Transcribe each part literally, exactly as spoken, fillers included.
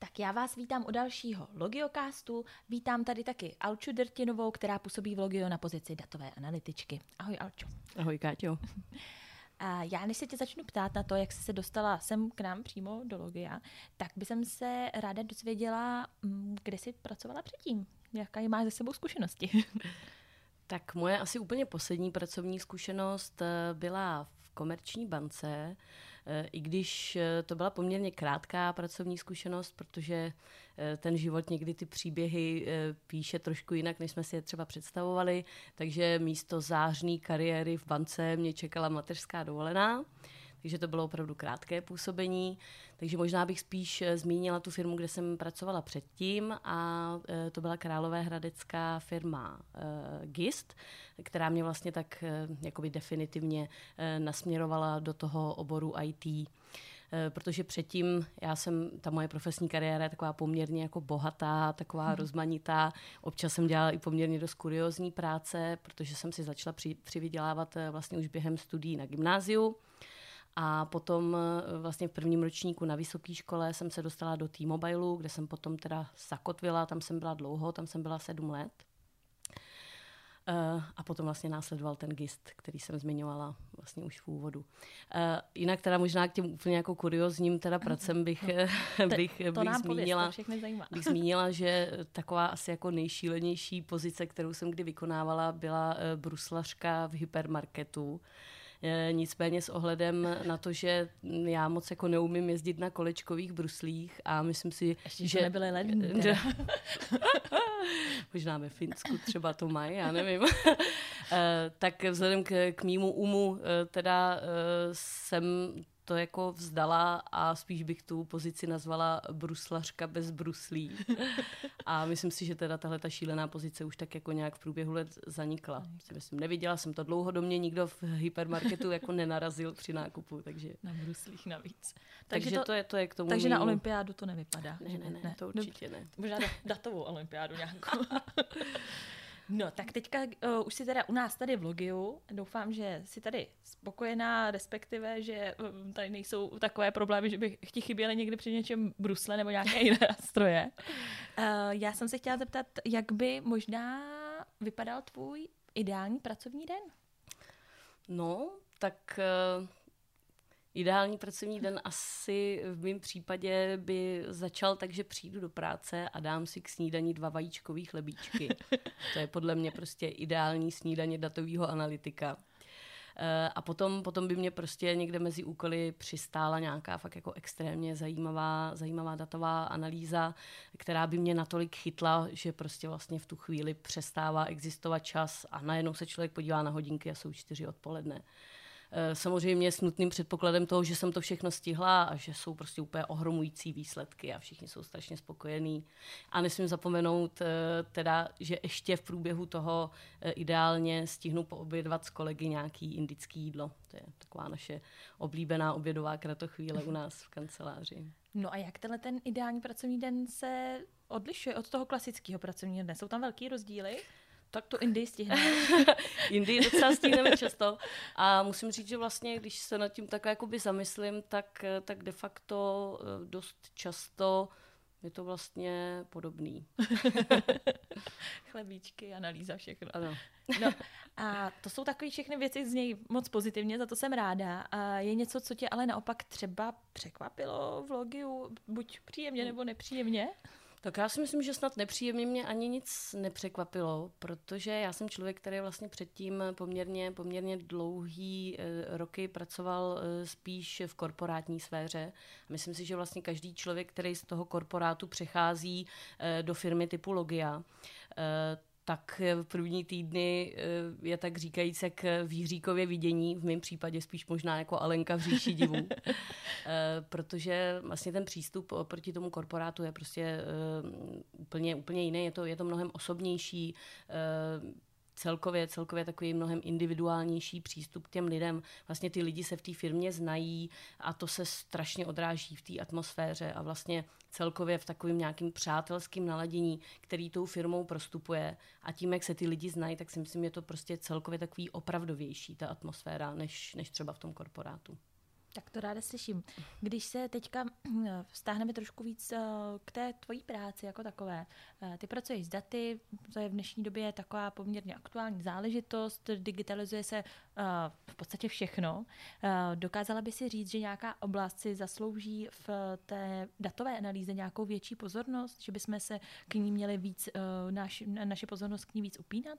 Tak já vás vítám u dalšího Logiocastu. Vítám tady taky Alču Drtinovou, která působí v Logio na pozici datové analytičky. Ahoj Alču. Ahoj Káťo. A já než se tě začnu ptát na to, jak jsi se dostala sem k nám přímo do Logia, tak bych se ráda dozvěděla, kde jsi pracovala předtím. Jaká máš ze sebou zkušenosti? Tak moje asi úplně poslední pracovní zkušenost byla v Komerční bance, i když to byla poměrně krátká pracovní zkušenost, protože ten život někdy ty příběhy píše trošku jinak, než jsme si je třeba představovali, takže místo zářné kariéry v bance mě čekala mateřská dovolená. Takže to bylo opravdu krátké působení, takže možná bych spíš zmínila tu firmu, kde jsem pracovala předtím, a to byla královéhradecká firma Gist, která mě vlastně tak jakoby definitivně nasměrovala do toho oboru í té. Protože předtím já jsem, ta moje profesní kariéra je taková poměrně jako bohatá, taková hmm. rozmanitá. Občas jsem dělala i poměrně dost kuriózní práce, protože jsem si začala při, přivydělávat vlastně už během studií na gymnáziu. A potom vlastně v prvním ročníku na vysoké škole jsem se dostala do T-Mobileu, kde jsem potom teda zakotvila, tam jsem byla dlouho, tam jsem byla sedm let. A potom vlastně následoval ten Gist, který jsem zmiňovala vlastně už v úvodu. Jinak teda možná k těm úplně jako kuriózním teda pracem bych, no, bych, bych, to nám zmínila, pověz, to bych zmínila, že taková asi jako nejšílenější pozice, kterou jsem kdy vykonávala, byla bruslařka v hypermarketu. Nicméně s ohledem na to, že já moc jako neumím jezdit na kolečkových bruslích a myslím si, ještě že... nebyly lední. Možná ve Finsku třeba to mají, já nevím. Tak vzhledem k, k mýmu umu teda jsem to jako vzdala a spíš bych tu pozici nazvala bruslařka bez bruslí. A myslím si, že teda tahle ta šílená pozice už tak jako nějak v průběhu let zanikla. Myslím, neviděla jsem to dlouho, do mě nikdo v hypermarketu jako nenarazil při nákupu, takže... Na bruslích navíc. Takže, takže to, to, je, to je k tomu Takže mýmu... na olympiádu to nevypadá. Ne, ne, ne, ne, to určitě ne. Možná datovou olympiádu nějakou. No, tak teďka uh, už jsi teda u nás tady v Logiu. Doufám, že jsi tady spokojená, respektive, že um, tady nejsou takové problémy, že by ti chyběly někdy při něčem brusle nebo nějaké jiné stroje. Uh, já jsem se chtěla zeptat, jak by možná vypadal tvůj ideální pracovní den? No, tak... Uh... Ideální pracovní den asi v mém případě by začal tak, že přijdu do práce a dám si k snídani dva vajíčkový chlebíčky. To je podle mě prostě ideální snídaně datového analytika. A potom, potom by mě prostě někde mezi úkoly přistála nějaká fakt jako extrémně zajímavá, zajímavá datová analýza, která by mě natolik chytla, že prostě vlastně v tu chvíli přestává existovat čas a najednou se člověk podívá na hodinky a jsou čtyři odpoledne. Samozřejmě s nutným předpokladem toho, že jsem to všechno stihla a že jsou prostě úplně ohromující výsledky a všichni jsou strašně spokojení. A nesmím zapomenout teda, že ještě v průběhu toho ideálně stihnu poobědvat s kolegy nějaký indický jídlo. To je taková naše oblíbená obědová kratochvíle u nás v kanceláři. No a jak tenhle ten ideální pracovní den se odlišuje od toho klasického pracovního dne? Jsou tam velký rozdíly? Tak to Indii stihneme. Indii docela stihneme často. A musím říct, že vlastně, když se nad tím tak jakoby zamyslím, tak, tak de facto dost často je to vlastně podobný. Chlebíčky, analýza, všechno. Ano. No, a to jsou takové všechny věci z něj moc pozitivně, za to jsem ráda. A je něco, co tě ale naopak třeba překvapilo v Logiu, buď příjemně nebo nepříjemně? Tak já si myslím, že snad nepříjemně mě ani nic nepřekvapilo, protože já jsem člověk, který vlastně předtím poměrně, poměrně dlouhý e, roky pracoval e, spíš v korporátní sféře. Myslím si, že vlastně každý člověk, který z toho korporátu přechází e, do firmy typu Logia, e, tak v první týdny je tak říkajíc jak v Jiříkově vidění, v mém případě spíš možná jako Alenka v říši divů. Protože vlastně ten přístup proti tomu korporátu je prostě úplně, úplně jiný, je to, je to mnohem osobnější, celkově, celkově takový mnohem individuálnější přístup k těm lidem. Vlastně ty lidi se v té firmě znají a to se strašně odráží v té atmosféře a vlastně celkově v takovém nějakým přátelským naladění, který tou firmou prostupuje. A tím, jak se ty lidi znají, tak si myslím, je to prostě celkově takový opravdovější ta atmosféra, než, než třeba v tom korporátu. Tak to ráda slyším. Když se teďka vztáhneme trošku víc k té tvojí práci jako takové. Ty pracuješ s daty, to je v dnešní době taková poměrně aktuální záležitost, digitalizuje se v podstatě všechno. Dokázala by si říct, že nějaká oblast si zaslouží v té datové analýze nějakou větší pozornost, že bychom se k ní měli víc, naš, naše pozornost k ní víc upínat?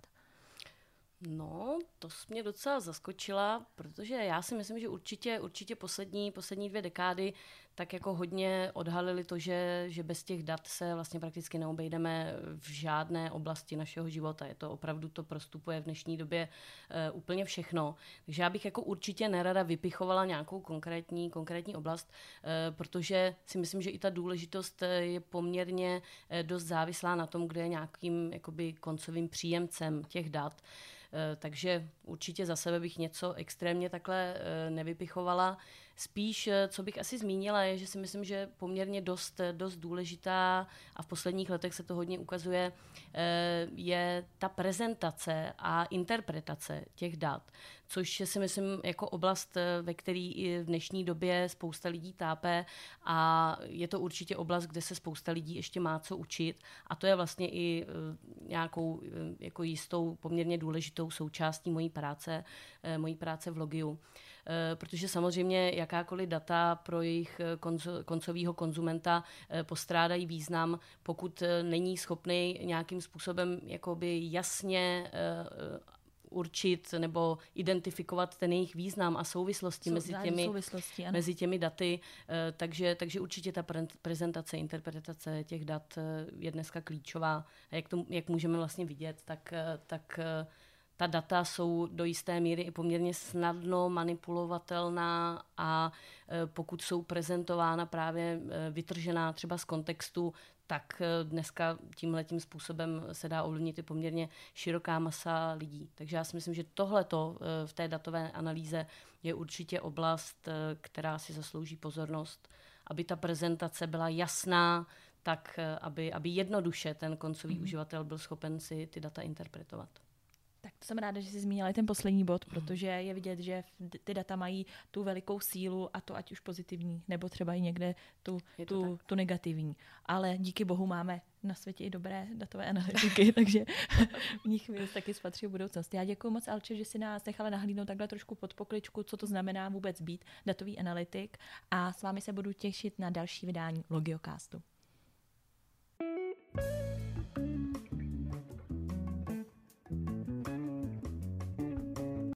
No, to jsi mě docela zaskočila, protože já si myslím, že určitě, určitě poslední, poslední dvě dekády tak jako hodně odhalili to, že, že bez těch dat se vlastně prakticky neobejdeme v žádné oblasti našeho života. Je to opravdu, to prostupuje v dnešní době uh, úplně všechno. Takže já bych jako určitě nerada vypichovala nějakou konkrétní, konkrétní oblast, uh, protože si myslím, že i ta důležitost je poměrně uh, dost závislá na tom, kde je nějakým jakoby koncovým příjemcem těch dat. Takže určitě za sebe bych něco extrémně takhle nevypichovala. Spíš, co bych asi zmínila, je, že si myslím, že poměrně dost, dost důležitá a v posledních letech se to hodně ukazuje, je ta prezentace a interpretace těch dat, což si myslím jako oblast, ve které i v dnešní době spousta lidí tápe a je to určitě oblast, kde se spousta lidí ještě má co učit a to je vlastně i nějakou jako jistou poměrně důležitou součástí mojí práce, mojí práce v Logiu. Protože samozřejmě jakákoliv data pro jejich koncového konzumenta postrádají význam, pokud není schopný nějakým způsobem jakoby jasně určit nebo identifikovat ten jejich význam a souvislosti Sou, mezi těmi, souvislosti, mezi těmi daty. Takže, takže určitě ta prezentace, interpretace těch dat je dneska klíčová. A jak, to, jak můžeme vlastně vidět, tak, tak ta data jsou do jisté míry i poměrně snadno manipulovatelná a pokud jsou prezentována právě vytržená třeba z kontextu, tak dneska tímhletím způsobem se dá ovlivnit i poměrně široká masa lidí. Takže já si myslím, že tohleto v té datové analýze je určitě oblast, která si zaslouží pozornost, aby ta prezentace byla jasná, tak aby, aby jednoduše ten koncový mm. uživatel byl schopen si ty data interpretovat. Tak to jsem ráda, že jsi zmínila i ten poslední bod, protože je vidět, že ty data mají tu velikou sílu a to ať už pozitivní, nebo třeba i někde tu, tu, tu negativní. Ale díky bohu máme na světě i dobré datové analytiky, takže v nich taky spatří budoucnost. Já děkuji moc, Alče, že si nás nechala nahlídnout takhle trošku pod pokličku, co to znamená vůbec být datový analytik a s vámi se budu těšit na další vydání Logiocastu.